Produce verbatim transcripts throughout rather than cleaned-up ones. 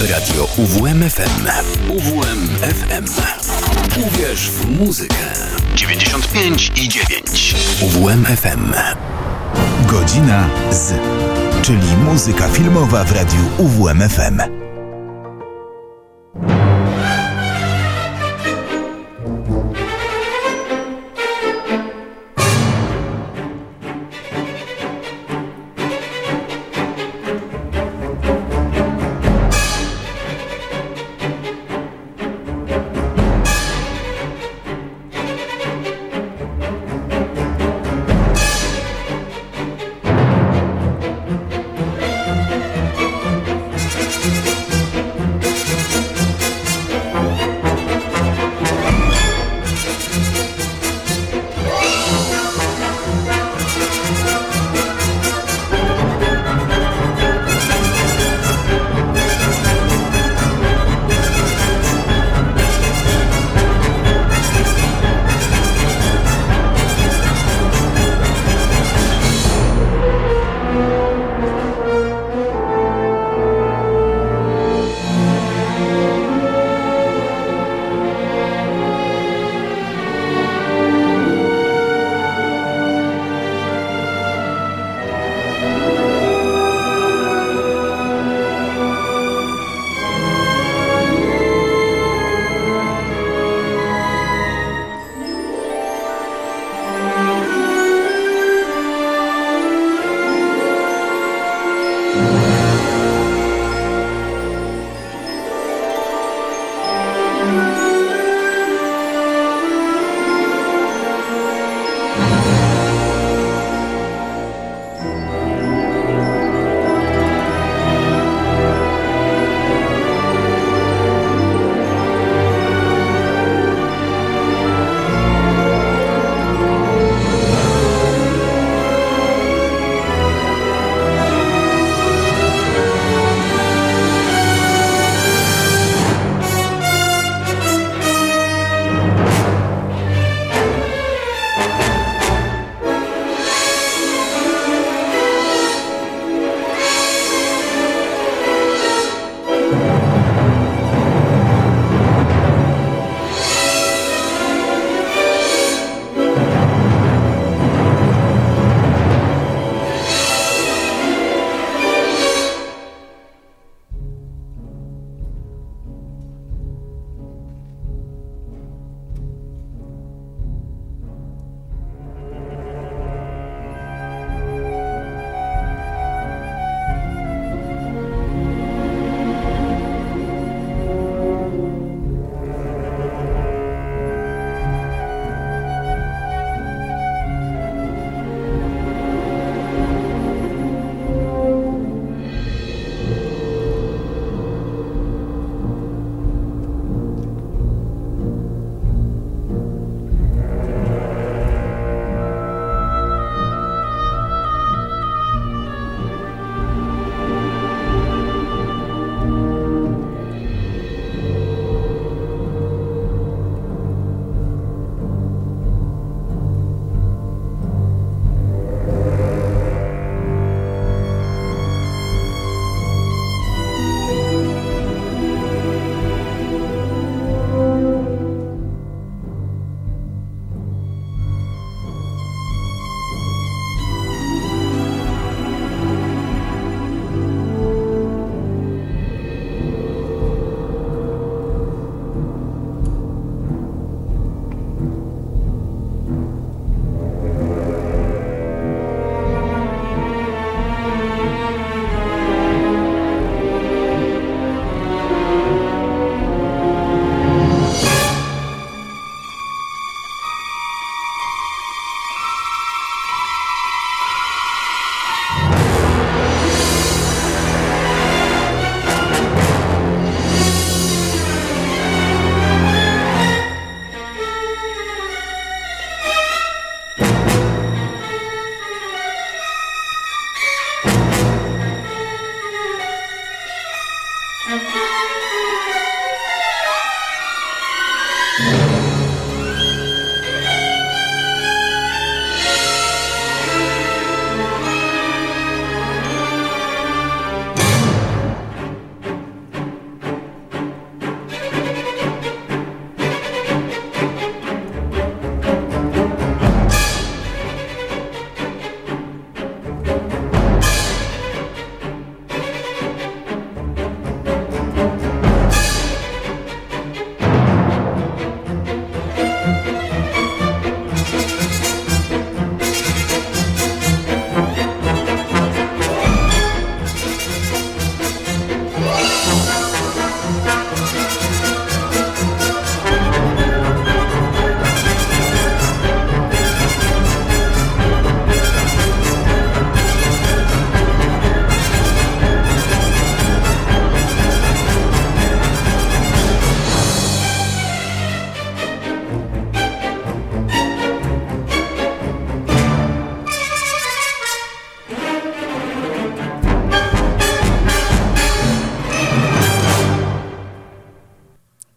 Radio U W M F M. U W M F M. Uwierz w muzykę. dziewięćdziesiąt pięć i dziewięć. U W M F M. Godzina z, czyli muzyka filmowa w Radiu U W M F M.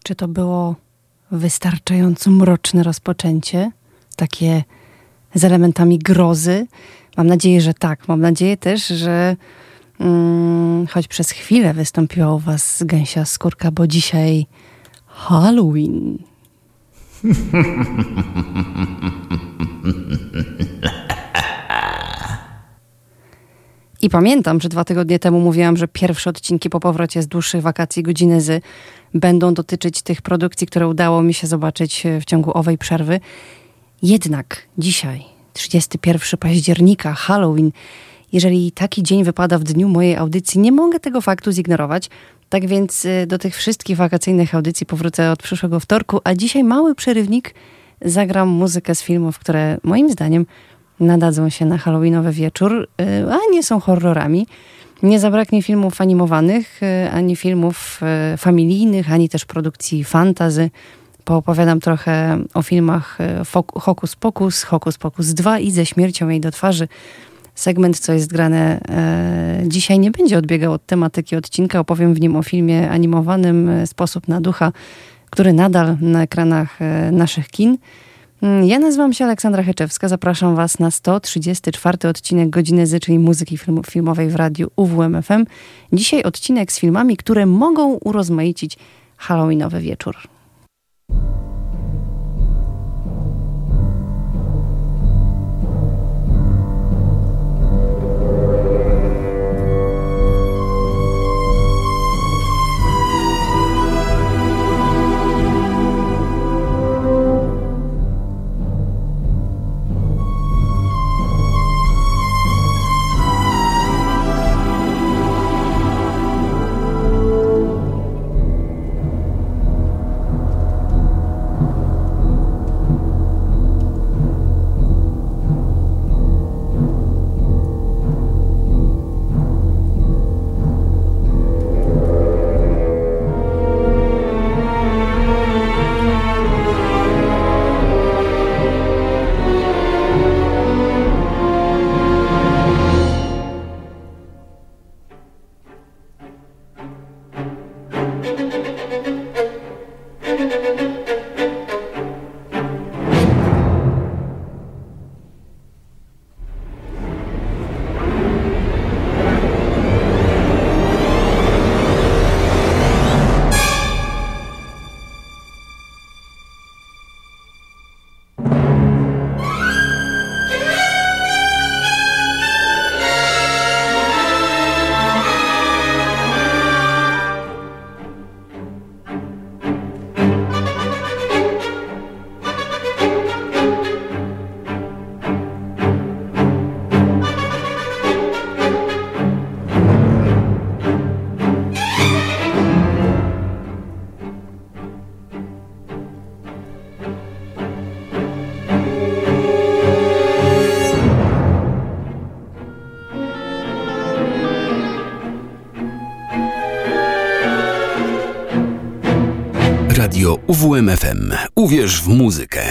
Czy to było wystarczająco mroczne rozpoczęcie? Takie z elementami grozy? Mam nadzieję, że tak. Mam nadzieję też, że mm, choć przez chwilę wystąpiła u was gęsia skórka, bo dzisiaj Halloween. I pamiętam, że dwa tygodnie temu mówiłam, że pierwsze odcinki po powrocie z dłuższych wakacji Godziny Z będą dotyczyć tych produkcji, które udało mi się zobaczyć w ciągu owej przerwy. Jednak dzisiaj, trzydziestego pierwszego października, Halloween, jeżeli taki dzień wypada w dniu mojej audycji, nie mogę tego faktu zignorować. Tak więc do tych wszystkich wakacyjnych audycji powrócę od przyszłego wtorku, a dzisiaj mały przerywnik, zagram muzykę z filmów, które moim zdaniem nadadzą się na halloweenowy wieczór, a nie są horrorami. Nie zabraknie filmów animowanych, ani filmów familijnych, ani też produkcji fantasy. Poopowiadam trochę o filmach Hokus Pokus, Hokus Pokus dwa i Ze śmiercią jej do twarzy. Segment, co jest grane e, dzisiaj, nie będzie odbiegał od tematyki odcinka. Opowiem w nim o filmie animowanym Sposób na ducha, który nadal na ekranach e, naszych kin. Ja nazywam się Aleksandra Heczewska. Zapraszam was na sto trzydziesty czwarty odcinek Godziny Z, czyli muzyki film, filmowej w radiu U W M F M. Dzisiaj odcinek z filmami, które mogą urozmaicić halloweenowy wieczór. Radio U W M F M. Uwierz w muzykę.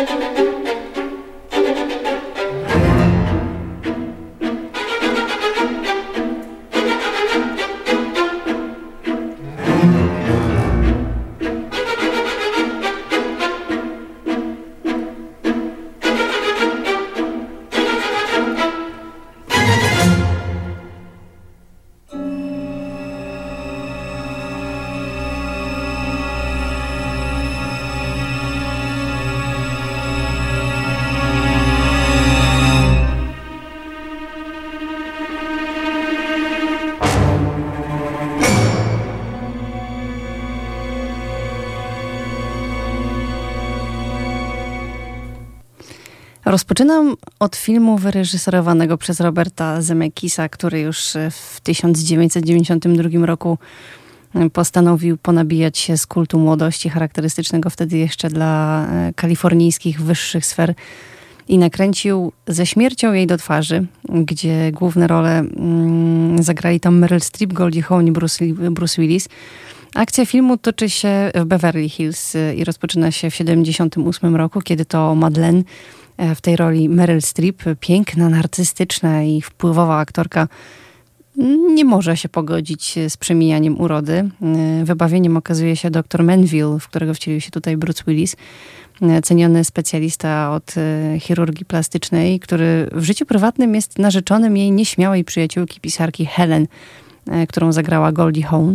Rozpoczynam od filmu wyreżyserowanego przez Roberta Zemeckisa, który już w tysiąc dziewięćset dziewięćdziesiątym drugim roku postanowił ponabijać się z kultu młodości, charakterystycznego wtedy jeszcze dla kalifornijskich wyższych sfer, i nakręcił Ze śmiercią jej do twarzy, gdzie główne role mm, zagrali tam Meryl Streep, Goldie Hawn i Bruce, Bruce Willis. Akcja filmu toczy się w Beverly Hills i rozpoczyna się w siedemdziesiątym ósmym roku, kiedy to Madeleine, w tej roli Meryl Streep, piękna, narcystyczna i wpływowa aktorka, nie może się pogodzić z przemijaniem urody. Wybawieniem okazuje się doktor Manville, w którego wcielił się tutaj Bruce Willis, ceniony specjalista od chirurgii plastycznej, który w życiu prywatnym jest narzeczonym jej nieśmiałej przyjaciółki pisarki Helen, którą zagrała Goldie Hawn.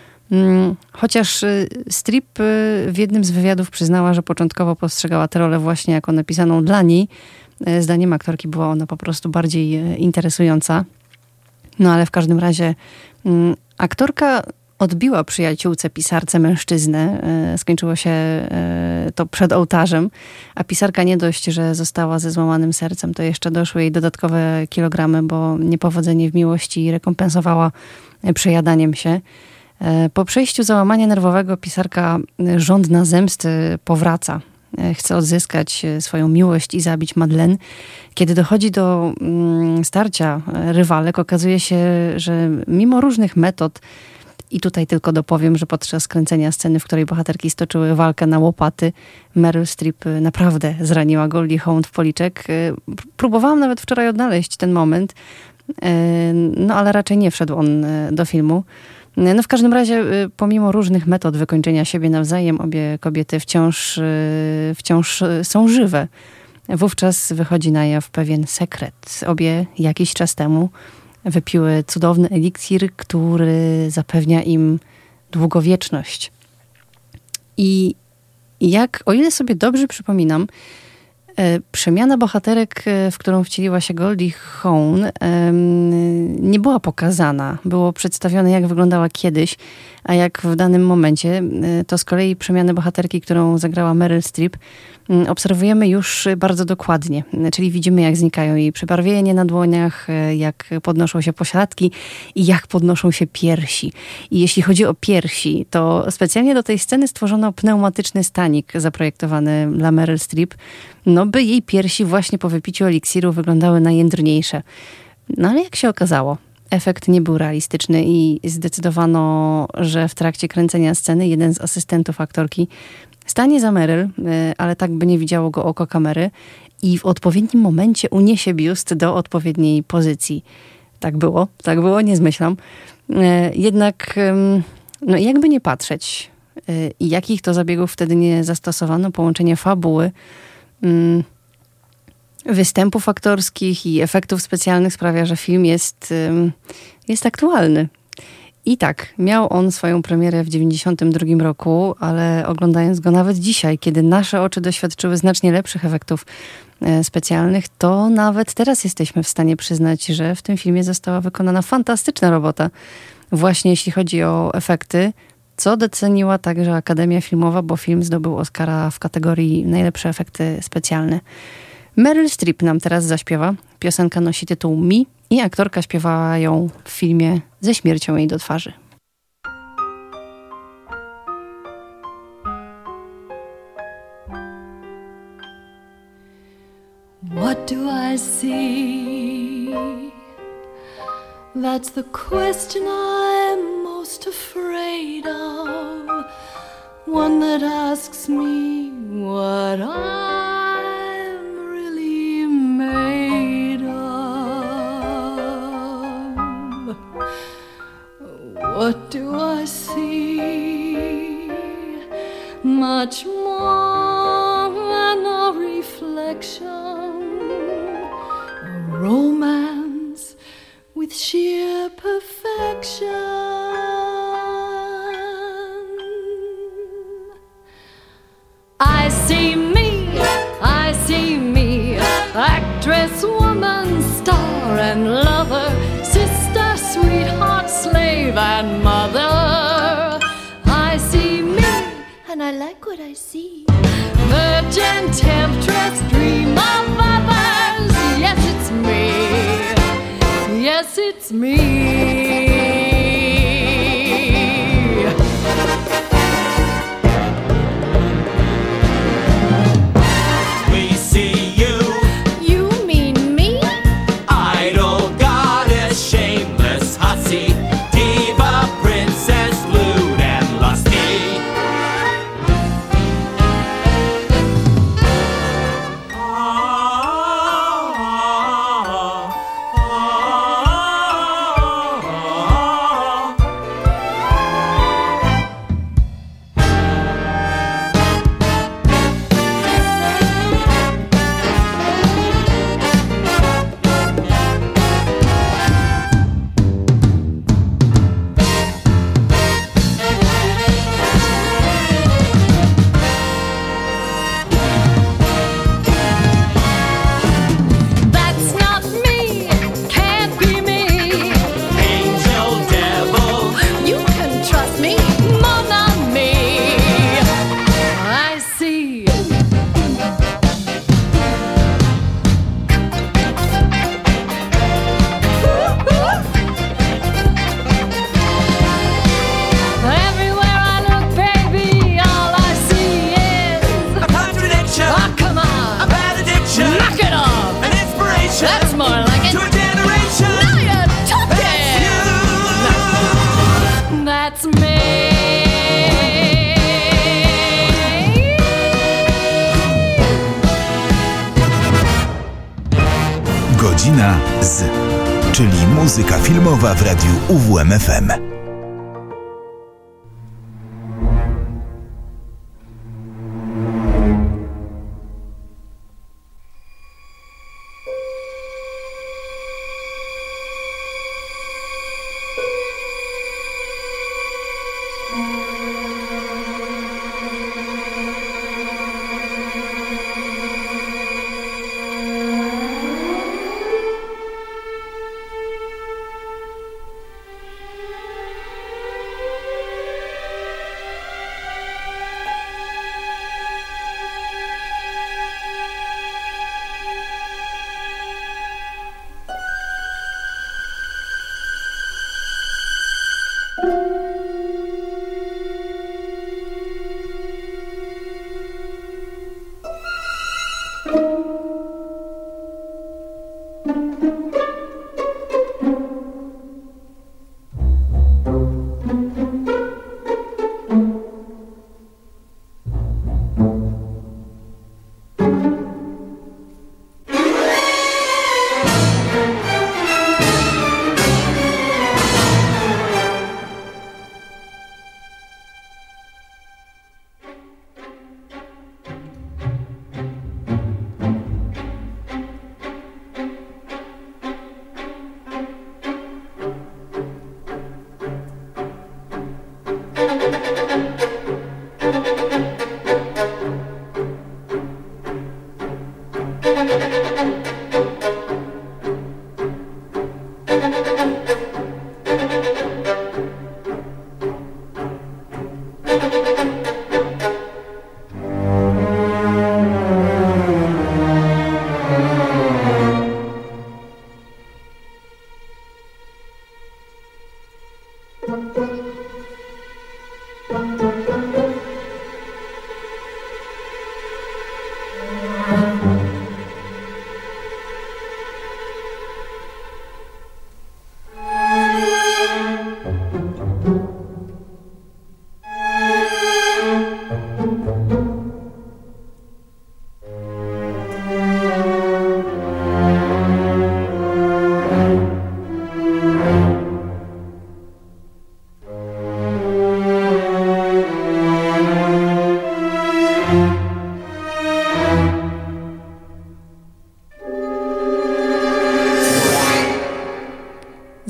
Chociaż Streep w jednym z wywiadów przyznała, że początkowo postrzegała tę rolę właśnie jako napisaną dla niej, zdaniem aktorki była ona po prostu bardziej interesująca. No ale w każdym razie aktorka odbiła przyjaciółce pisarce mężczyznę. Skończyło się to przed ołtarzem, a pisarka nie dość, że została ze złamanym sercem, to jeszcze doszły jej dodatkowe kilogramy, bo niepowodzenie w miłości rekompensowała przejadaniem się. Po przejściu załamania nerwowego pisarka żądna zemsty powraca. Chce odzyskać swoją miłość i zabić Madeleine. Kiedy dochodzi do starcia rywalek, okazuje się, że mimo różnych metod, i tutaj tylko dopowiem, że podczas kręcenia sceny, w której bohaterki stoczyły walkę na łopaty, Meryl Streep naprawdę zraniła Goldie Hawn w policzek. Próbowałam nawet wczoraj odnaleźć ten moment, no ale raczej nie wszedł on do filmu. No w każdym razie, pomimo różnych metod wykończenia siebie nawzajem, obie kobiety wciąż, wciąż są żywe. Wówczas wychodzi na jaw pewien sekret. Obie jakiś czas temu wypiły cudowny eliksir, który zapewnia im długowieczność. I jak, o ile sobie dobrze przypominam, przemiana bohaterek, w którą wcieliła się Goldie Hawn, nie była pokazana. Było przedstawione, jak wyglądała kiedyś, a jak w danym momencie. To z kolei przemianę bohaterki, którą zagrała Meryl Streep, obserwujemy już bardzo dokładnie. Czyli widzimy, jak znikają jej przebarwienie na dłoniach, jak podnoszą się pośladki i jak podnoszą się piersi. I jeśli chodzi o piersi, to specjalnie do tej sceny stworzono pneumatyczny stanik zaprojektowany dla Meryl Streep, no by jej piersi właśnie po wypiciu eliksiru wyglądały najjędrniejsze. No ale jak się okazało, efekt nie był realistyczny i zdecydowano, że w trakcie kręcenia sceny jeden z asystentów aktorki stanie za Meryl, ale tak, by nie widziało go oko kamery, i w odpowiednim momencie uniesie biust do odpowiedniej pozycji. Tak było, tak było, nie zmyślam. Jednak, no jakby nie patrzeć, i jakich to zabiegów wtedy nie zastosowano, połączenie fabuły, występów aktorskich i efektów specjalnych sprawia, że film jest, jest aktualny. I tak, miał on swoją premierę w dziewięćdziesiątym drugim roku, ale oglądając go nawet dzisiaj, kiedy nasze oczy doświadczyły znacznie lepszych efektów specjalnych, to nawet teraz jesteśmy w stanie przyznać, że w tym filmie została wykonana fantastyczna robota, właśnie jeśli chodzi o efekty, co doceniła także Akademia Filmowa, bo film zdobył Oscara w kategorii najlepsze efekty specjalne. Meryl Streep nam teraz zaśpiewa. Piosenka nosi tytuł Me i aktorka śpiewała ją w filmie Ze śmiercią jej do twarzy. What do I see? That's the question I'm most afraid of. One that asks me what I much more than a reflection, a romance with sheer perfection. I see me, I see me, actress, woman, star and lover, sister, sweetheart, slave and mother. I see me, and I like what I see. Virgin, temptress, dream of others. Yes, it's me. Yes, it's me. Godzina z, czyli muzyka filmowa w radiu U W M F M.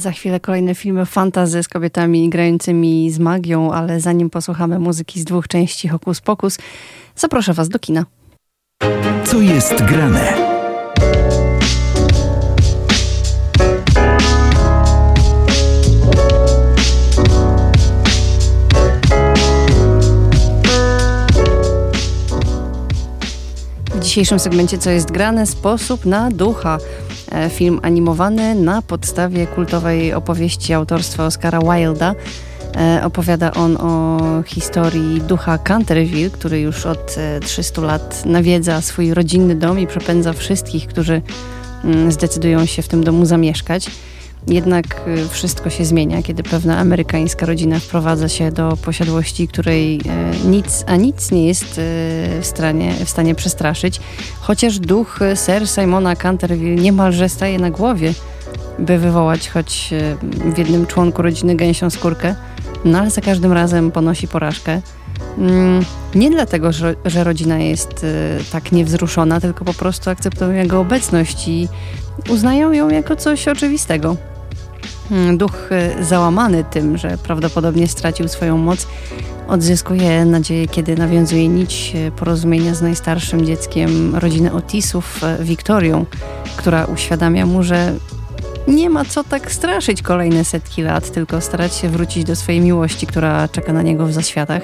Za chwilę kolejne filmy fantasy z kobietami grającymi z magią, ale zanim posłuchamy muzyki z dwóch części Hokus Pokus, zaproszę was do kina. Co jest grane? W dzisiejszym segmencie Co jest grane? Sposób na ducha. Film animowany na podstawie kultowej opowieści autorstwa Oscara Wilda. Opowiada on o historii ducha Canterville, który już od trzystu lat nawiedza swój rodzinny dom i przepędza wszystkich, którzy zdecydują się w tym domu zamieszkać. Jednak wszystko się zmienia, kiedy pewna amerykańska rodzina wprowadza się do posiadłości, której nic, a nic nie jest w stanie, w stanie przestraszyć. Chociaż duch Sir Simona Canterville niemalże staje na głowie, by wywołać choć w jednym członku rodziny gęsią skórkę, no ale za każdym razem ponosi porażkę. Nie dlatego, że, że rodzina jest tak niewzruszona, tylko po prostu akceptują jego obecność i uznają ją jako coś oczywistego. Duch załamany tym, że prawdopodobnie stracił swoją moc, odzyskuje nadzieję, kiedy nawiązuje nić porozumienia z najstarszym dzieckiem rodziny Otisów, Wiktorią, która uświadamia mu, że nie ma co tak straszyć kolejne setki lat, tylko starać się wrócić do swojej miłości, która czeka na niego w zaświatach.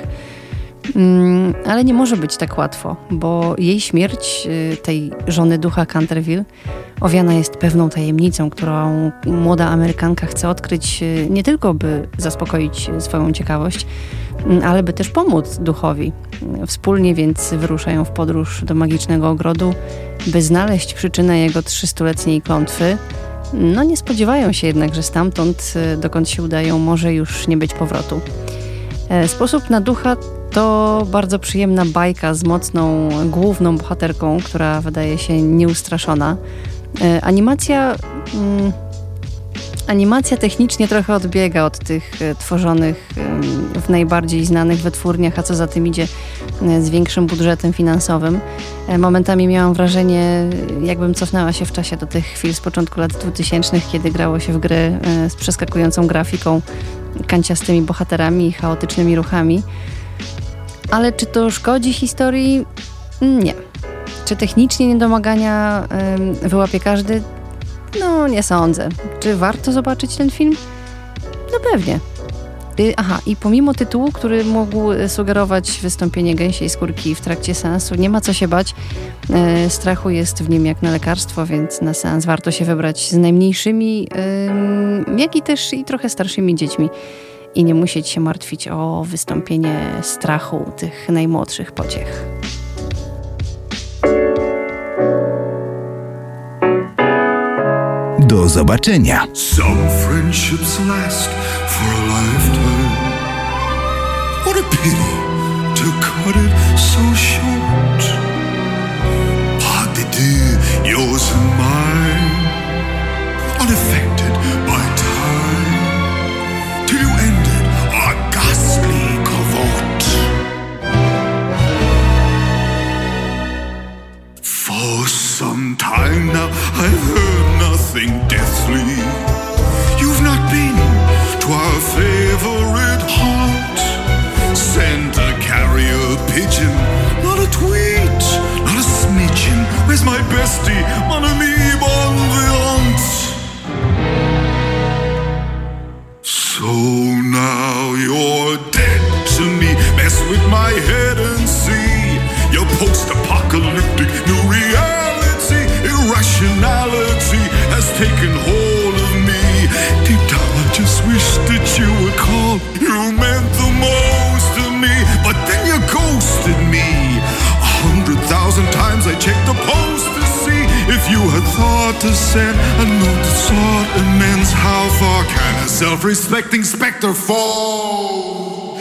Mm, ale nie może być tak łatwo, bo jej śmierć, tej żony ducha Canterville, owiana jest pewną tajemnicą, którą młoda Amerykanka chce odkryć nie tylko, by zaspokoić swoją ciekawość, ale by też pomóc duchowi. Wspólnie więc wyruszają w podróż do magicznego ogrodu, by znaleźć przyczynę jego trzystuletniej klątwy. No nie spodziewają się jednak, że stamtąd, dokąd się udają, może już nie być powrotu. Sposób na ducha to bardzo przyjemna bajka z mocną, główną bohaterką, która wydaje się nieustraszona. E, animacja, mm, animacja technicznie trochę odbiega od tych e, tworzonych e, w najbardziej znanych wytwórniach, a co za tym idzie e, z większym budżetem finansowym. E, momentami miałam wrażenie, jakbym cofnęła się w czasie do tych chwil z początku lat dwutysięcznych, kiedy grało się w gry e, z przeskakującą grafiką, kanciastymi bohaterami i chaotycznymi ruchami. Ale czy to szkodzi historii? Nie. Czy technicznie niedomagania ym, wyłapie każdy? No, nie sądzę. Czy warto zobaczyć ten film? No pewnie. Y, aha, i pomimo tytułu, który mógł sugerować wystąpienie gęsiej skórki w trakcie seansu, nie ma co się bać. Y, strachu jest w nim jak na lekarstwo, więc na seans warto się wybrać z najmniejszymi, y, jak i też i trochę starszymi dziećmi. I nie musieć się martwić o wystąpienie strachu tych najmłodszych pociech. Do zobaczenia. Some friendships last for a lifetime. What a pity to cut it so short. Pas de deux, yours and mine, unaffected by time. Till you ended our ghastly cavort. For some time now I've heard nothing deathly. You've not been to our favorite haunt. Sent a carrier pigeon, not a tweet, not a smidgen. Where's my bestie, mon ami, bon vivant? So now you're dead to me. Mess with my head and see your post-apocalyptic new reality. Irrationality has taken hold of me. Deep down I just wish that you would call. You meant the most to me, but then you ghosted me. A hundred thousand times I checked the post to see if you had thought to send a note that sought amends. How far can a self-respecting spectre fall?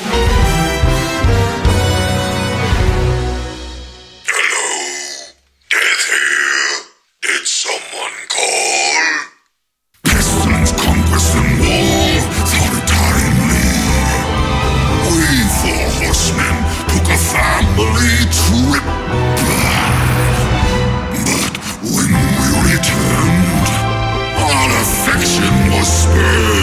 Hello, death here. Did someone call? Pestilence, conquest, and war thought it timely. We four horsemen took a family trip. But when we returned, our affection was spurred.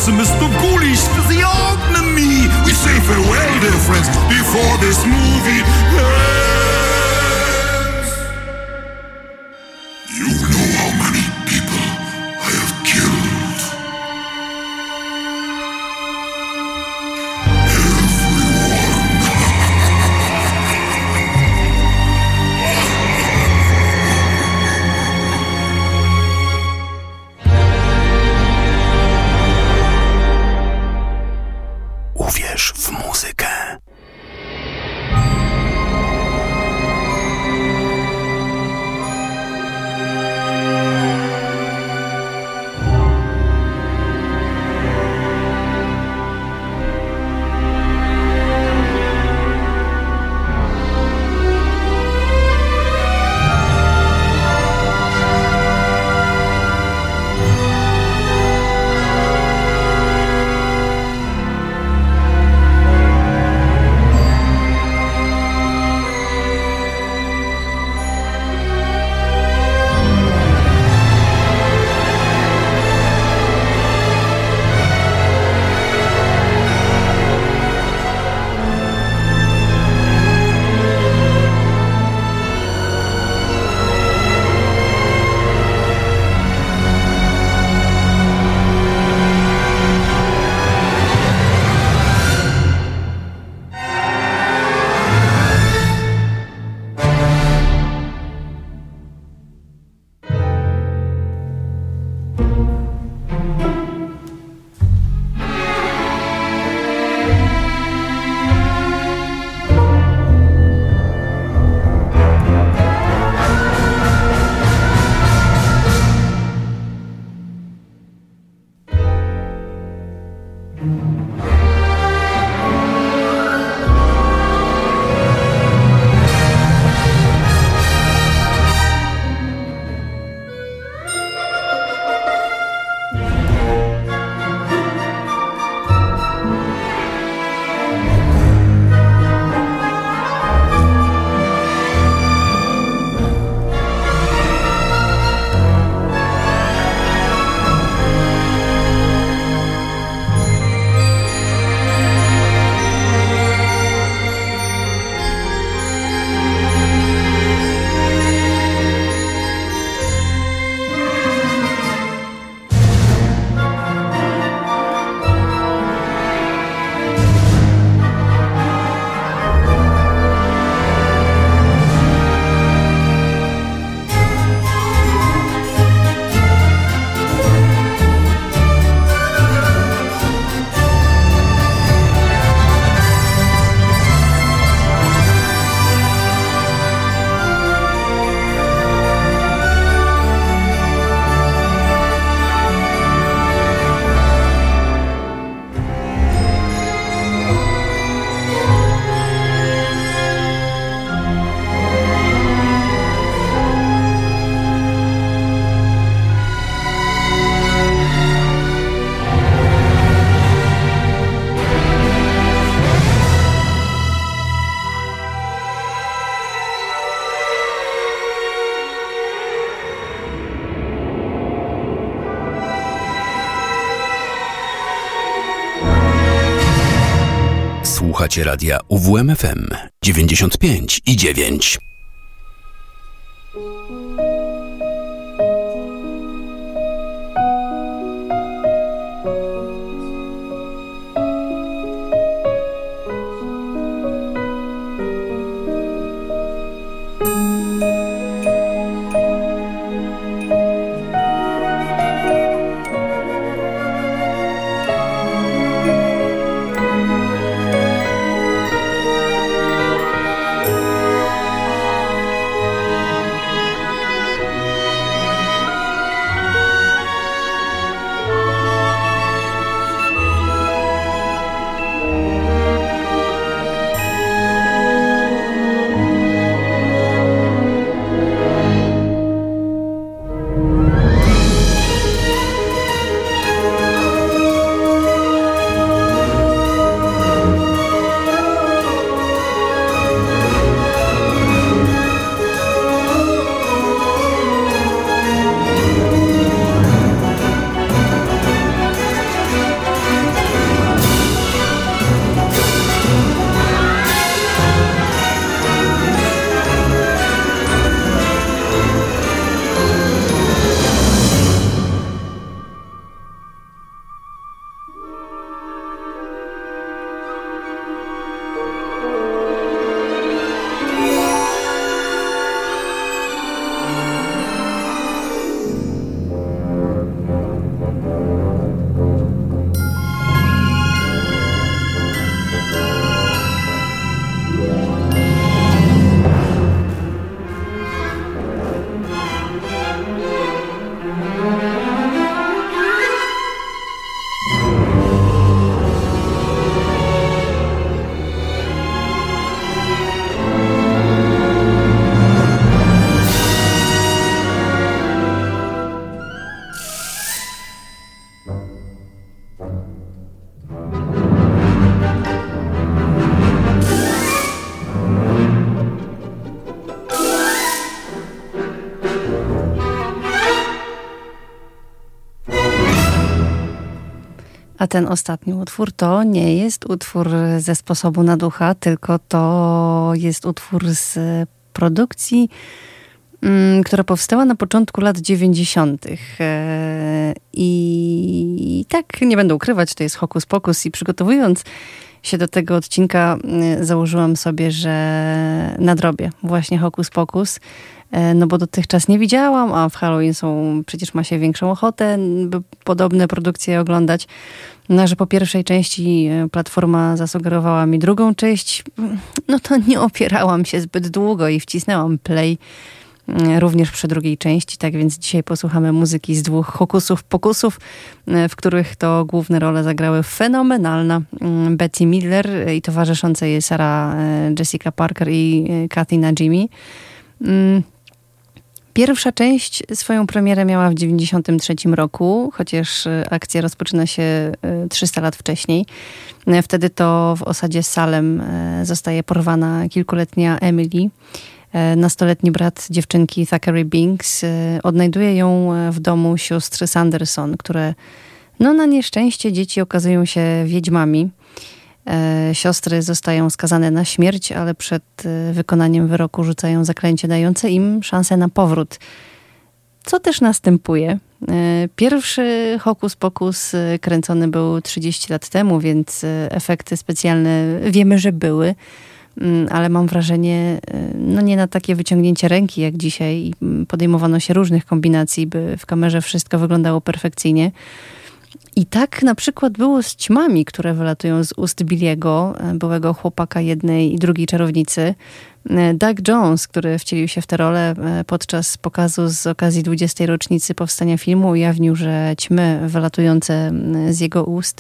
Mister Ghoulish physiognomy. We say farewell, dear friends, before this movie ends. You know how many people I have killed. Uwierz w muzykę. Słuchacie radia U W M F M dziewięćdziesiąt pięć i dziewięć. Thank A ten ostatni utwór to nie jest utwór ze Sposobu na ducha, tylko to jest utwór z produkcji, która powstała na początku lat dziewięćdziesiątych. I tak nie będę ukrywać, to jest Hokus Pokus. I przygotowując się do tego odcinka założyłam sobie, że nadrobię właśnie Hokus Pokus. No bo dotychczas nie widziałam, a w Halloween są, przecież ma się większą ochotę, by podobne produkcje oglądać. No, że po pierwszej części platforma zasugerowała mi drugą część, no to nie opierałam się zbyt długo i wcisnęłam play również przy drugiej części. Tak więc dzisiaj posłuchamy muzyki z dwóch Hokusów Pokusów, w których to główne role zagrały fenomenalna Bette Midler i towarzyszące jej Sarah Jessica Parker i Kathy Najimy. Pierwsza część swoją premierę miała w dziewięćdziesiątym trzecim roku, chociaż akcja rozpoczyna się trzysta lat wcześniej. Wtedy to w osadzie Salem zostaje porwana kilkuletnia Emily. Nastoletni brat dziewczynki Thackeray Binks odnajduje ją w domu sióstr Sanderson, które no na nieszczęście dzieci okazują się wiedźmami. Siostry zostają skazane na śmierć, ale przed wykonaniem wyroku rzucają zaklęcie dające im szansę na powrót. Co też następuje? Pierwszy Hokus Pokus kręcony był trzydzieści lat temu, więc efekty specjalne wiemy, że były, ale mam wrażenie, no nie na takie wyciągnięcie ręki jak dzisiaj. Podejmowano się różnych kombinacji, by w kamerze wszystko wyglądało perfekcyjnie. I tak na przykład było z ćmami, które wylatują z ust Billiego, byłego chłopaka jednej i drugiej czarownicy. Doug Jones, który wcielił się w tę rolę podczas pokazu z okazji dwudziestej rocznicy powstania filmu, ujawnił, że ćmy wylatujące z jego ust,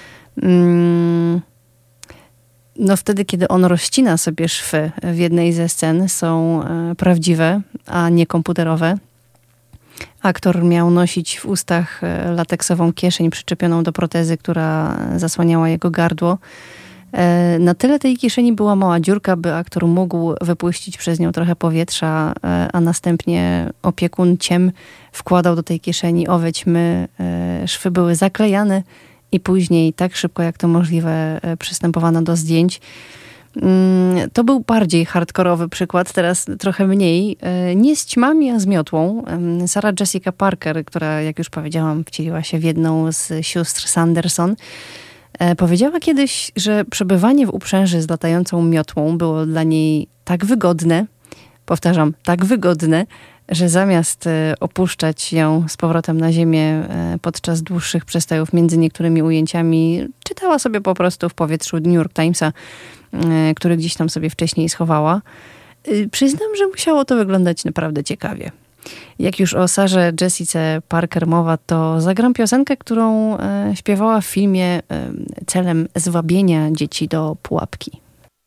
no wtedy, kiedy on rozcina sobie szwy w jednej ze scen, są prawdziwe, a nie komputerowe. Aktor miał nosić w ustach lateksową kieszeń przyczepioną do protezy, która zasłaniała jego gardło. Na tyle tej kieszeni była mała dziurka, by aktor mógł wypuścić przez nią trochę powietrza, a następnie opiekun ciem wkładał do tej kieszeni owe ćmy. Szwy były zaklejane i później tak szybko jak to możliwe przystępowano do zdjęć. To był bardziej hardkorowy przykład, teraz trochę mniej. Nie z ćmami, a z miotłą. Sarah Jessica Parker, która, jak już powiedziałam, wcieliła się w jedną z sióstr Sanderson, powiedziała kiedyś, że przebywanie w uprzęży z latającą miotłą było dla niej tak wygodne, powtarzam, tak wygodne, że zamiast opuszczać ją z powrotem na ziemię podczas dłuższych przestojów między niektórymi ujęciami, czytała sobie po prostu w powietrzu New York Timesa, który gdzieś tam sobie wcześniej schowała. Przyznam, że musiało to wyglądać naprawdę ciekawie. Jak już o Sarze Jessice Parker mowa, to zagram piosenkę, którą śpiewała w filmie celem zwabienia dzieci do pułapki.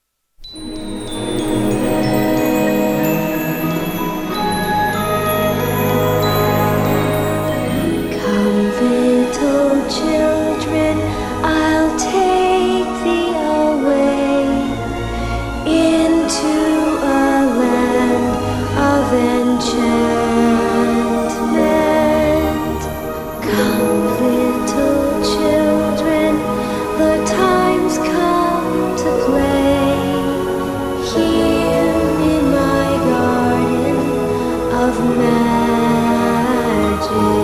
Children, I'll take thee away into a land of enchantment. Come, little children, the time's come to play here in my garden of magic.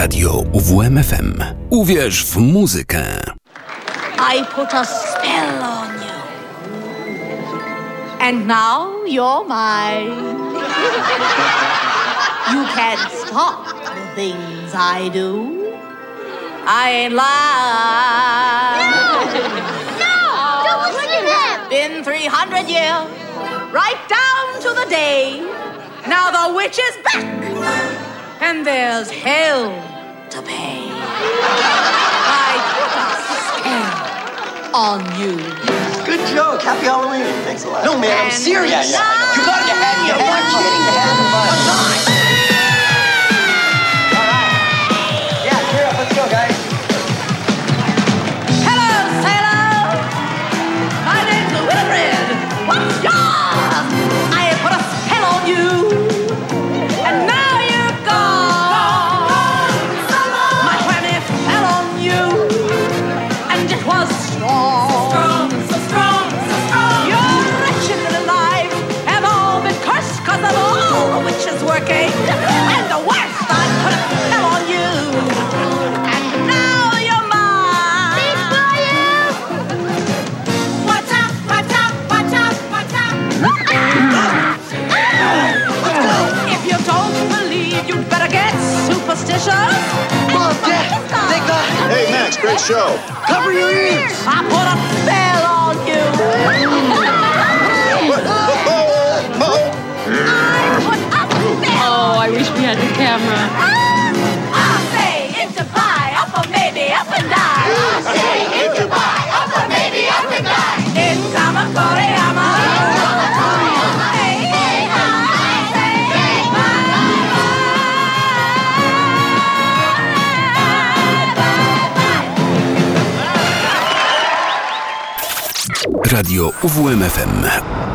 Radio U W M F M. Uwierz w muzykę. I put a spell on you. And now you're mine. You can't stop the things I do. I ain't lying. No! Don't listen to them! Been three hundred years, right down to the day. Now the witch is back, and there's hell to pay. I put a spell on you. Good joke. Happy Halloween. Thanks a lot. No, man, I'm And serious. Yeah, yeah. now You got your head, your head, you're hitting your head. One time. All right. Yeah, cheer up. Let's go, guys. Hello, sailor. My name's Wilfred. What's yours? I put a spell on you, and now you're gone. My twenty fell on you, and it was strong. So strong, so strong. Your wretched little life have all been cursed 'cause of all the witches working. And the worst, I put a spell on you, and now you're mine. What's up? What's up? What's up? What's up? If you don't believe, you'd better get superstitious. Mom, Dad, thank God. Hey, Max, great show. Cover your ears. I put a spell on you. What? Oh, oh, oh. I put a spell. Oh, I wish we had the camera. I say it's a pie, up or maybe up and die. I say it's a pie, up or maybe up and die. It's Ama Koreyama. Hey, hey, I say bye, bye, bye. Radio U W M F M.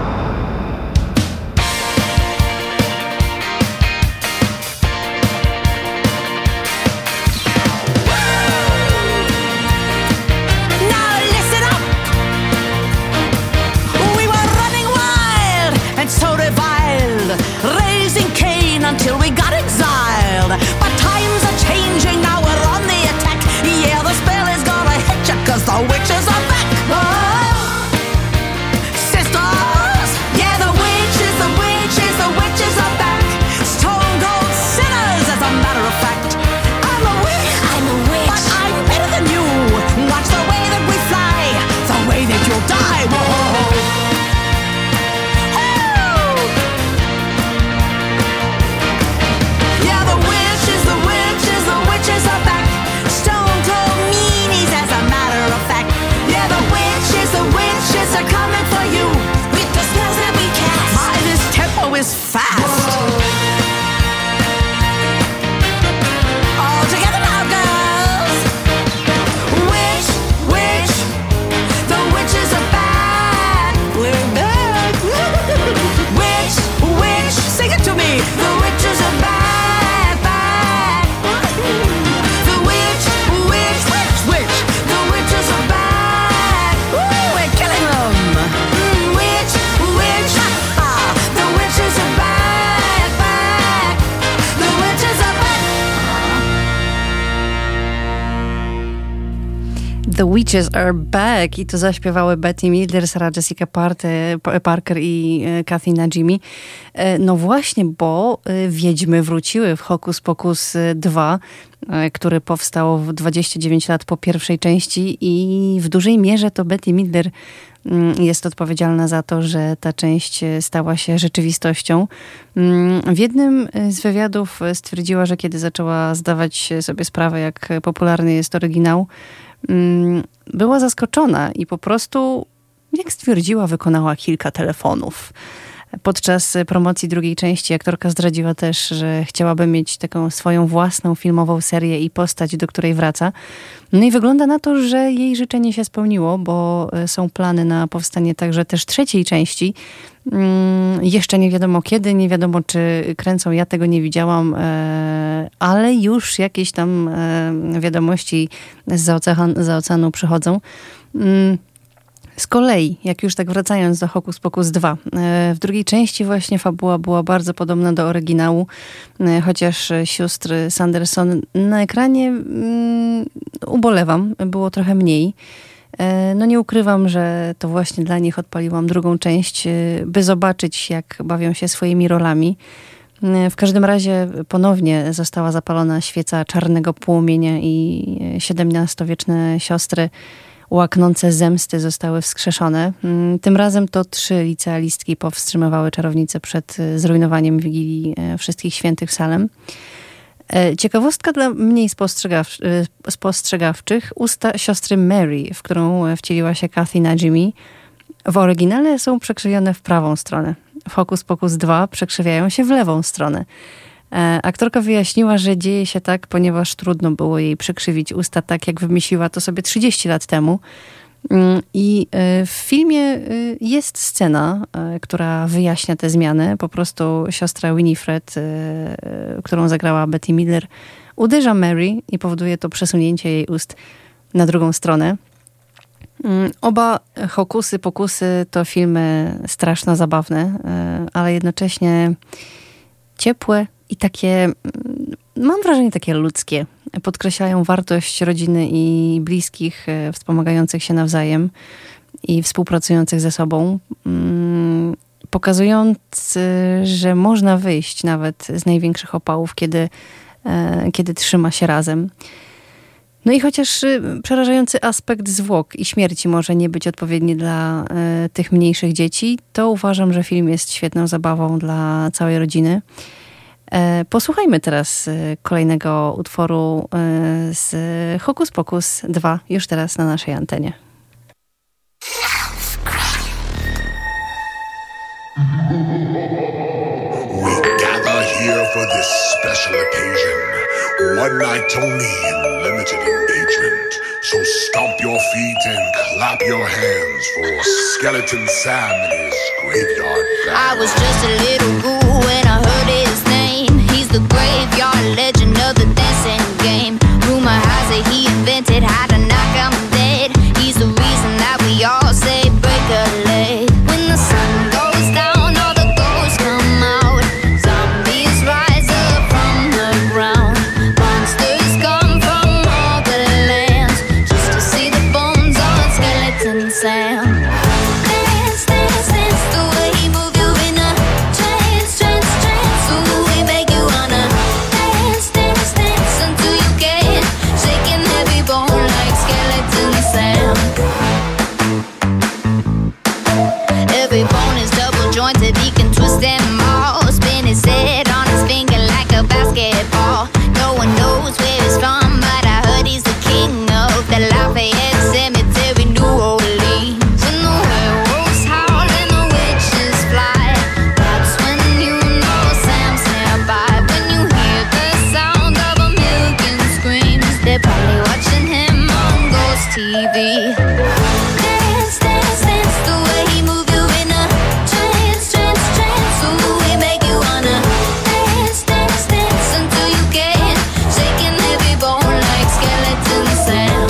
Now listen up. We were running wild and so reviled, raising Cain until we got exiled. But times are changing, now we're on the attack. Yeah, the spell is gonna hit ya 'cause the witches are back. Oh, sisters, yeah, the witches, the witches, the witches are back. Stone cold sinners, as a matter of fact. I'm a witch, I'm a witch, but I'm better than you. Watch the way that we fly, the way that you'll die. Whoa. Oh. Yeah, the witches, the witches, the witches are back. Stone cold meanies, as a matter of fact. Yeah, the witches, the witches are coming for you. With the spells that we cast. My, this tempo is fast. All together now, girls. Witch, witch, the witches are back. We're back. Witch, witch, sing it to me. The witches are back, back. The witch, witch, witch, witch. The witches are back. Ooh, we're killing them. Mm, witch, witch, ah, the witches are back, back. The witches are back. The Witches Are Back i to zaśpiewały Bette Midler, Sarah Jessica Parker i Kathy Najimy. No właśnie, bo Wiedźmy wróciły w Hokus Pokus dwa, który powstał w dwadzieścia dziewięć lat po pierwszej części i w dużej mierze to Bette Midler jest odpowiedzialna za to, że ta część stała się rzeczywistością. W jednym z wywiadów stwierdziła, że kiedy zaczęła zdawać sobie sprawę, jak popularny jest oryginał, była zaskoczona i po prostu, jak stwierdziła, wykonała kilka telefonów. Podczas promocji drugiej części aktorka zdradziła też, że chciałaby mieć taką swoją własną filmową serię i postać, do której wraca. No i wygląda na to, że jej życzenie się spełniło, bo są plany na powstanie także też trzeciej części. Hmm, jeszcze nie wiadomo kiedy, nie wiadomo czy kręcą, ja tego nie widziałam, e, ale już jakieś tam e, wiadomości z oceanu, z oceanu przychodzą. Hmm. Z kolei, jak już tak wracając do Hokus Pokus dwa, w drugiej części właśnie fabuła była bardzo podobna do oryginału, chociaż sióstr Sanderson na ekranie um, ubolewam, było trochę mniej. No nie ukrywam, że to właśnie dla nich odpaliłam drugą część, by zobaczyć, jak bawią się swoimi rolami. W każdym razie ponownie została zapalona świeca czarnego płomienia i siedemnastowieczne siostry łaknące zemsty zostały wskrzeszone. Tym razem to trzy licealistki powstrzymywały czarownicę przed zrujnowaniem Wigilii Wszystkich Świętych w Salem. Ciekawostka dla mniej spostrzegaw- spostrzegawczych, usta siostry Mary, w którą wcieliła się Kathy Najimy, w oryginale są przekrzywione w prawą stronę. W Hokus Pokus dwa przekrzywiają się w lewą stronę. E, aktorka wyjaśniła, że dzieje się tak, ponieważ trudno było jej przekrzywić usta tak, jak wymyśliła to sobie trzydzieści lat temu. I w filmie jest scena, która wyjaśnia tę zmianę. Po prostu siostra Winifred, którą zagrała Betty Midler, uderza Mary i powoduje to przesunięcie jej ust na drugą stronę. Oba Hokusy Pokusy to filmy straszno zabawne, ale jednocześnie ciepłe i takie, mam wrażenie, takie ludzkie. Podkreślają wartość rodziny i bliskich, wspomagających się nawzajem i współpracujących ze sobą, pokazując, że można wyjść nawet z największych opałów, kiedy, kiedy trzyma się razem. No i chociaż przerażający aspekt zwłok i śmierci może nie być odpowiedni dla tych mniejszych dzieci, to uważam, że film jest świetną zabawą dla całej rodziny. Posłuchajmy teraz kolejnego utworu z Hokus Pokus dwa, już teraz na naszej antenie. We gather here for this special occasion. One night only in limited engagement. So stomp your feet and clap your hands for Skeleton Sam and his graveyard band. I was just a little ghoul when I heard his name. He's the graveyard legend of the dancing game. Rumor has it he invented how to knock 'em dead. He's the reason that we all say break a leg. When the sun goes down, all the ghosts come out. Zombies rise up from the ground. Monsters come from all the lands just to see the bones on Skeleton Sam. Dance, dance, dance the way he move you in a trance, trance, trance. Ooh, we make you wanna dance, dance, dance until you get shaking every bone like Skeleton Sam. Every bone is double jointed, he can twist them all. Spin his head on his finger like a basketball. No one knows where he's from, but I heard he's the king of the Lafayette Cemetery, New Orleans. When the werewolves howl and the witches fly, that's when you know Sam's nearby. When you hear the sound of a million screams, they're probably watching him on Ghost T V. Dance, dance, dance the way he move you in a trance, trance, trance. Ooh, we make you wanna dance, dance, dance until you get shaking every bone like Skeleton Sam.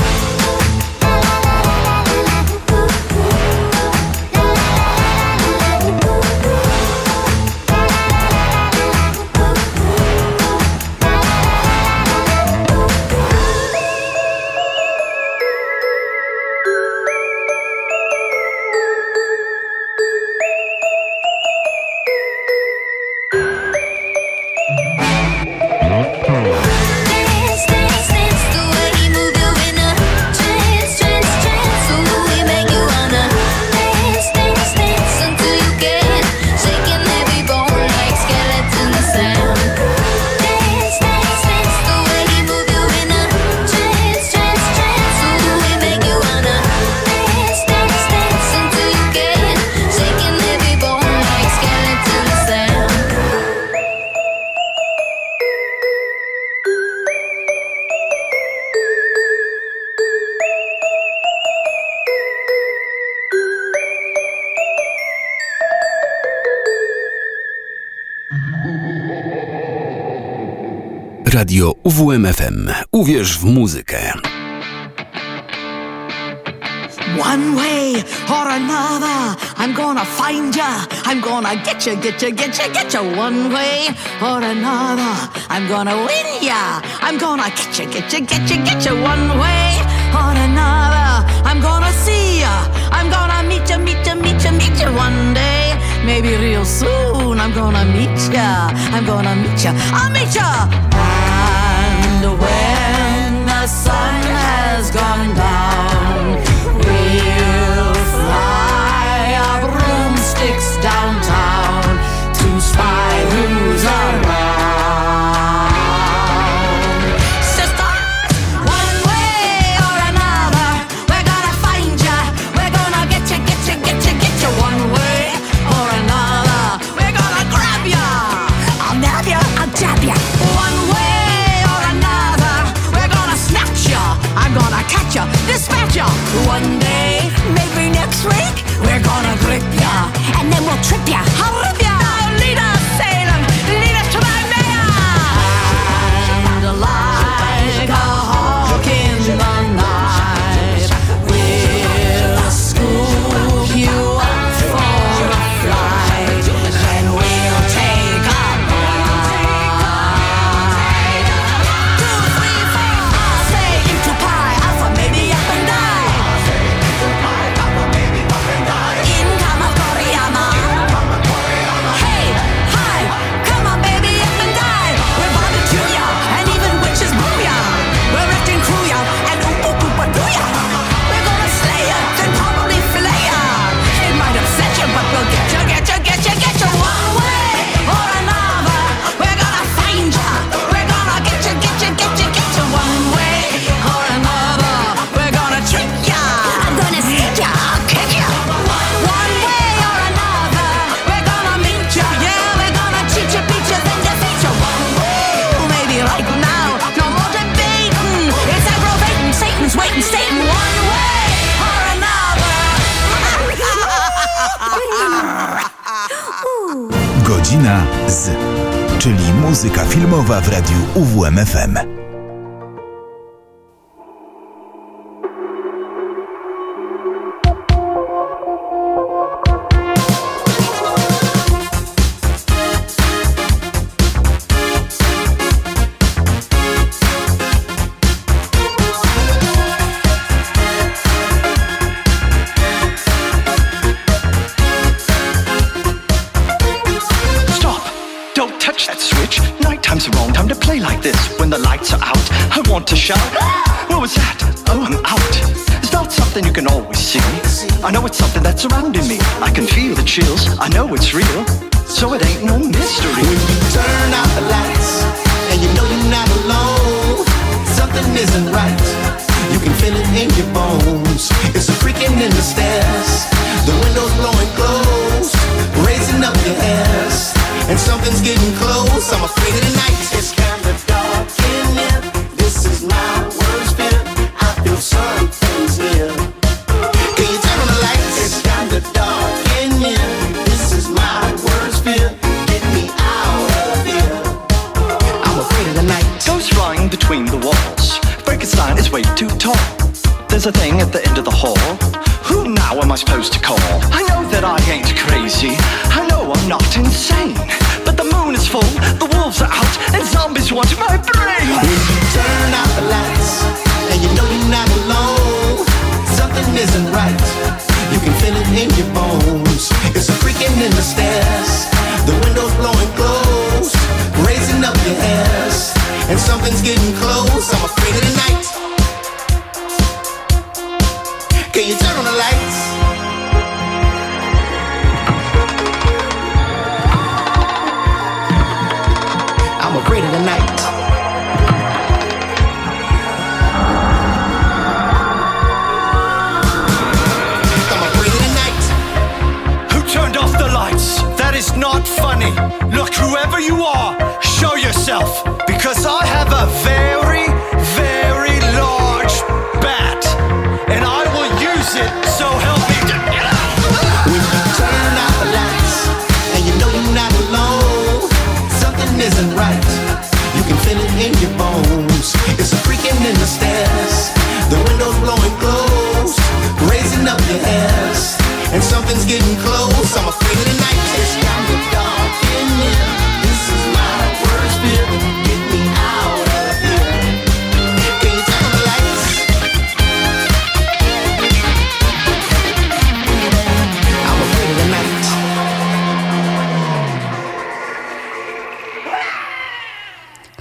Dance, dance, dance the way he move you in a trance, trance, trance. Ooh, we make you wanna dance, dance, dance until you get shaking every bone like Skeleton Sam. Dance, dance, dance the way he move you in a trance, trance, trance. Ooh, we make you wanna dance, dance, dance until you get shaking every bone like Skeleton Sam. Radio U W M F M. Uwierz w muzykę. One way or another, I'm gonna find ya. I'm gonna get ya, get ya, get ya, get ya. One way or another, I'm gonna win ya. I'm gonna get ya, get ya, get ya, get ya. One way or another, I'm gonna see ya. I'm gonna meet ya, meet ya, meet ya, meet ya one day. Maybe real soon I'm gonna meet ya. I'm gonna meet ya, I'll meet ya. And when the sun has gone down, we'll fly our broomsticks downtown to spy who's around. Sisters, one way or another, we're gonna find ya. We're gonna get ya, get ya, get ya, get ya. One way or another, we're gonna grab ya. I'll nab ya, I'll jab ya. One way or another, we're gonna snatch ya. I'm gonna catch ya, dispatch ya. One day, maybe next week, we're gonna grip ya, and then we'll trip ya. I'll rip ya. Now lead us, Salem, lead us to my mayor. And like a hawk in the night, we'll scoop you up for a flight, and we'll take a ride. Two, three, four, I'll say into pi, alpha, maybe up and die. In Kama Koriyama. Hey, hi, come on baby, up and die. We're barbecue ya, and even witches boo ya. We're wrecking crew ya, and oop oop oop do ya. We're gonna slay ya, then probably fillet ya. It might upset you, but we'll get ya, get ya, get ya, get ya. One way or another, we're gonna find ya. We're gonna get ya, get ya, get ya, get ya. One way or another, we're gonna trick ya. I'm gonna stick ya, I'll kick ya. One way or another, we're gonna meet ya. Yeah, we're gonna cheat ya, beat ya, then defeat ya. One way, maybe right now, no more debating. It's aggravating, Satan's waiting, Satan. One way or another. Godzina z, czyli muzyka filmowa w radiu U W M F M. Stop! Don't touch that switch. Nighttime's the wrong time to play like this. When the lights are out, I want to shout. What was that? Oh, I'm out. It's not something you can always see. I know it's something that's surrounding me. I can feel the chills. I know it's real. So it ain't no mystery. When you turn out the lights and you know you're not alone, something isn't right. You can feel it in your bones. It's a creaking in the stairs. The windows blowing close, raising up your hairs. And something's getting close. I'm afraid of the night. It's kind of dark in here. This is my worst fear. I feel something's near. Can you turn on the lights? It's kind of dark in here. This is my worst fear. Get me out of here. I'm afraid of the night. Ghosts flying between the walls. Frankenstein is way too tall. There's a thing at the end of the hall. Who now am I supposed to call? I know that I ain't crazy. I know I'm not insane. But the moon is full, the wolves are out, and zombies want my brain. When you turn out the lights and you know you're not alone, something isn't right. You can feel it in your bones. It's a creaking in the stairs. The windows blowing close, raising up your hairs. And something's getting close. I'm afraid of the night. Can you turn on the lights? I'm afraid of the night. I'm afraid of the night. Who turned off the lights? That is not funny. Look, whoever you are, show yourself. Because I have a very, very large bat. And I will use it, so help me. When you turn out the lights and you know you're not alone, something isn't right. You can feel it in your bones. It's a creaking in the stairs. The windows blowing close, raising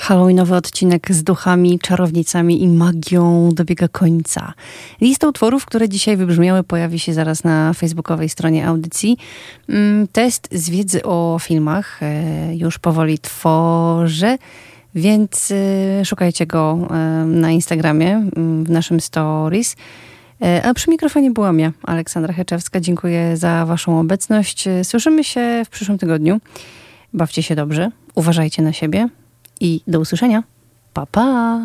halloweenowy odcinek z duchami, czarownicami i magią dobiega końca. Lista utworów, które dzisiaj wybrzmiały, pojawi się zaraz na facebookowej stronie audycji. Test z wiedzy o filmach już powoli tworzę, więc szukajcie go na Instagramie, w naszym stories. A przy mikrofonie byłam ja, Aleksandra Heczewska. Dziękuję za waszą obecność. Słyszymy się w przyszłym tygodniu. Bawcie się dobrze, uważajcie na siebie i do usłyszenia. Pa, pa!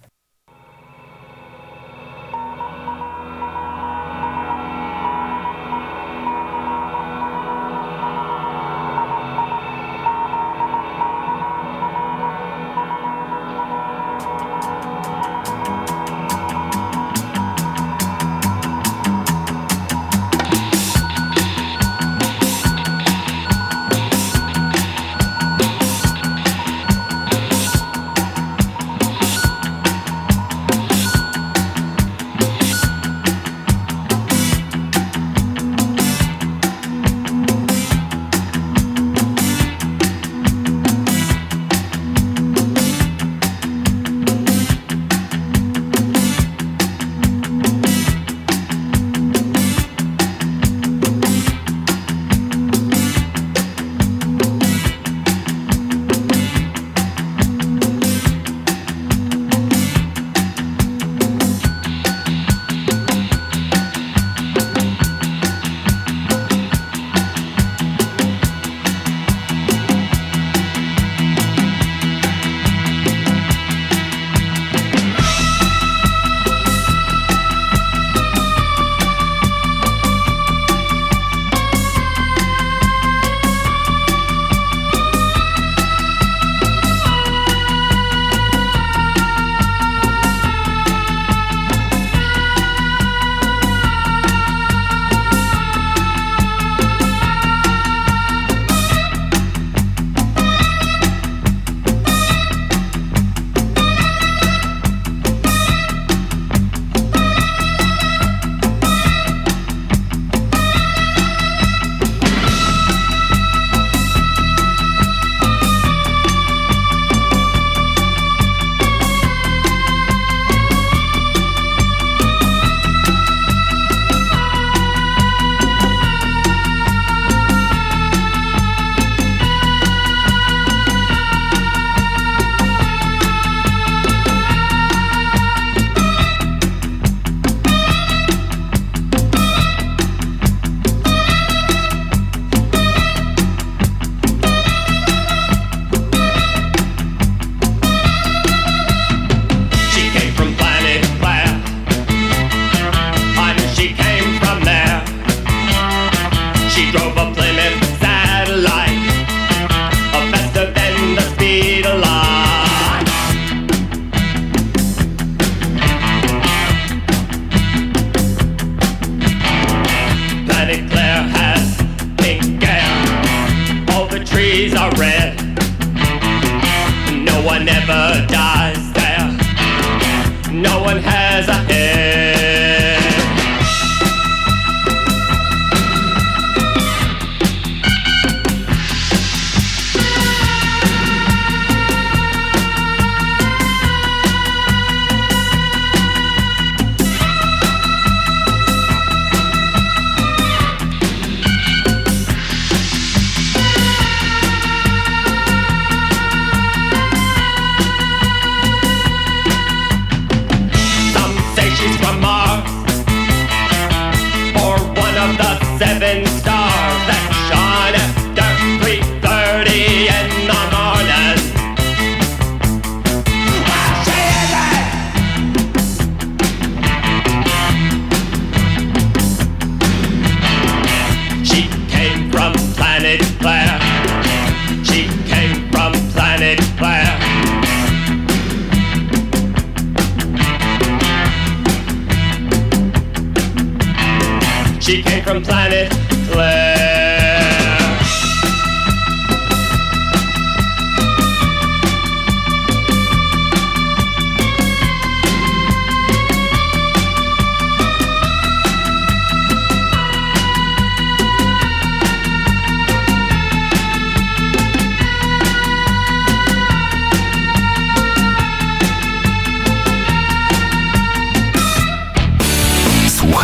She came from planet Claire.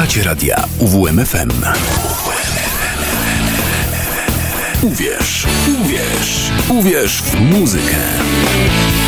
Słuchacie radia U W M F M. Uwierz, uwierz, uwierz w muzykę.